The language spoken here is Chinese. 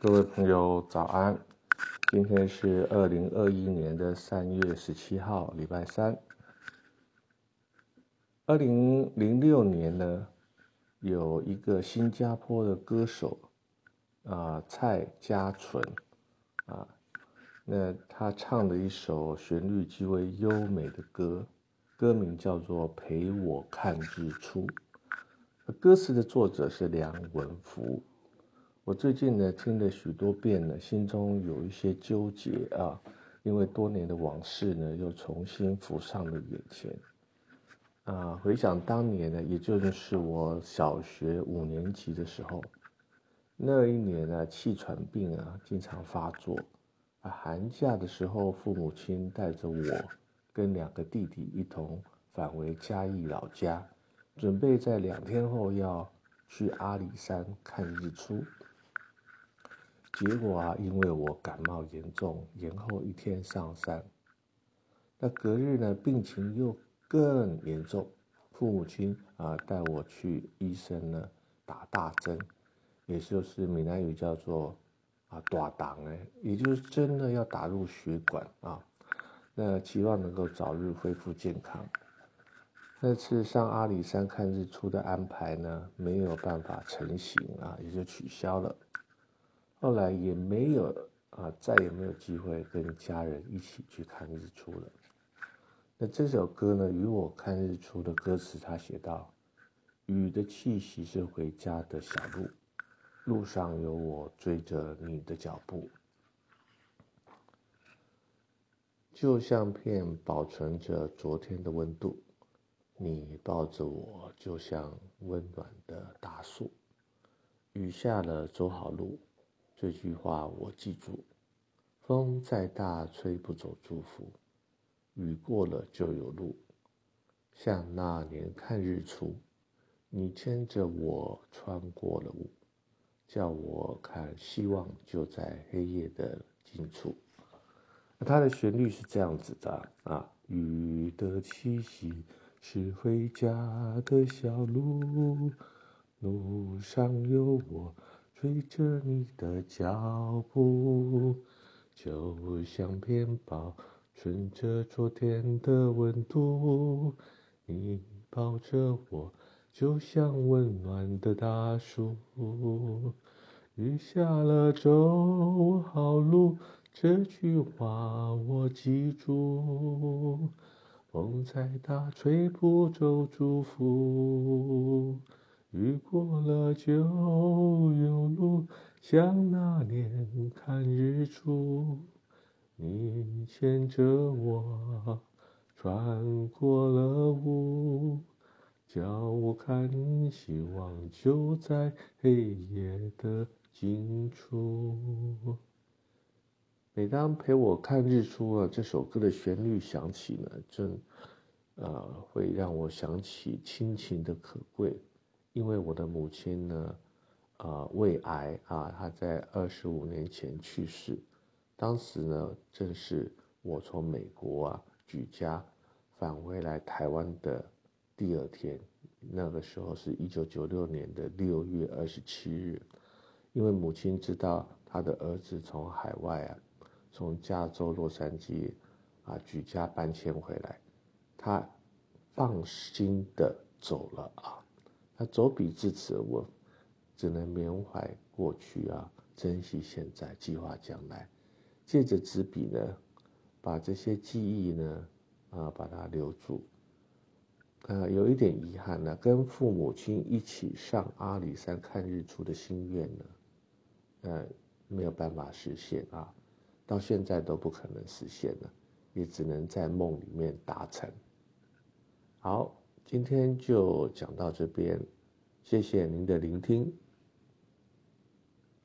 各位朋友早安，今天是2021年的3月17号，礼拜三。2006年呢，有一个新加坡的歌手蔡家纯那他唱的一首旋律极为优美的歌，歌名叫做《陪我看日出》，歌词的作者是梁文福。我最近呢听了许多遍呢，心中有一些纠结因为多年的往事呢又重新浮上了眼前回想当年呢，也就是我小学5年级的时候，那一年呢气喘病经常发作寒假的时候，父母亲带着我跟2个弟弟一同返回嘉义老家，准备在2天后要去阿里山看日出。结果因为我感冒严重，延后1天上山。那隔日呢，病情又更严重，父母亲带我去医生呢打大针，也就是闽南语叫做大档也就是真的要打入血管那期望能够早日恢复健康。那次上阿里山看日出的安排呢，没有办法成行也就取消了。后来也没有再也没有机会跟家人一起去看日出了。那这首歌呢，与我看日出的歌词，他写道：雨的气息是回家的小路，路上有我追着你的脚步，旧相片保存着昨天的温度，你抱着我就像温暖的大树。雨下了走好路，这句话我记住。风再大吹不走祝福，雨过了就有路。像那年看日出，你牵着我穿过了雾，叫我看希望就在黑夜的尽处。它的旋律是这样子的雨的气息是回家的小路，路上有我追着你的脚步，就像片保存着昨天的温度，你抱着我就像温暖的大树。雨下了走好路，这句话我记住。风再大吹不走祝福，雨过了就有路。像那年看日出，你牵着我穿过了雾，叫我看希望就在黑夜的尽处。每当陪我看日出这首歌的旋律响起呢，真会让我想起亲情的可贵。因为我的母亲呢胃癌她在25年前去世。当时呢正是我从美国举家返回来台湾的第2天，那个时候是1996年的6月27日。因为母亲知道她的儿子从海外从加州洛杉矶举家搬迁回来，她放心的走了她走笔至此，我只能缅怀过去珍惜现在，计划将来。借着纸笔呢，把这些记忆呢把它留住。有一点遗憾跟父母亲一起上阿里山看日出的心愿呢没有办法实现到现在都不可能实现了，也只能在梦里面达成。好，今天就讲到这边，谢谢您的聆听。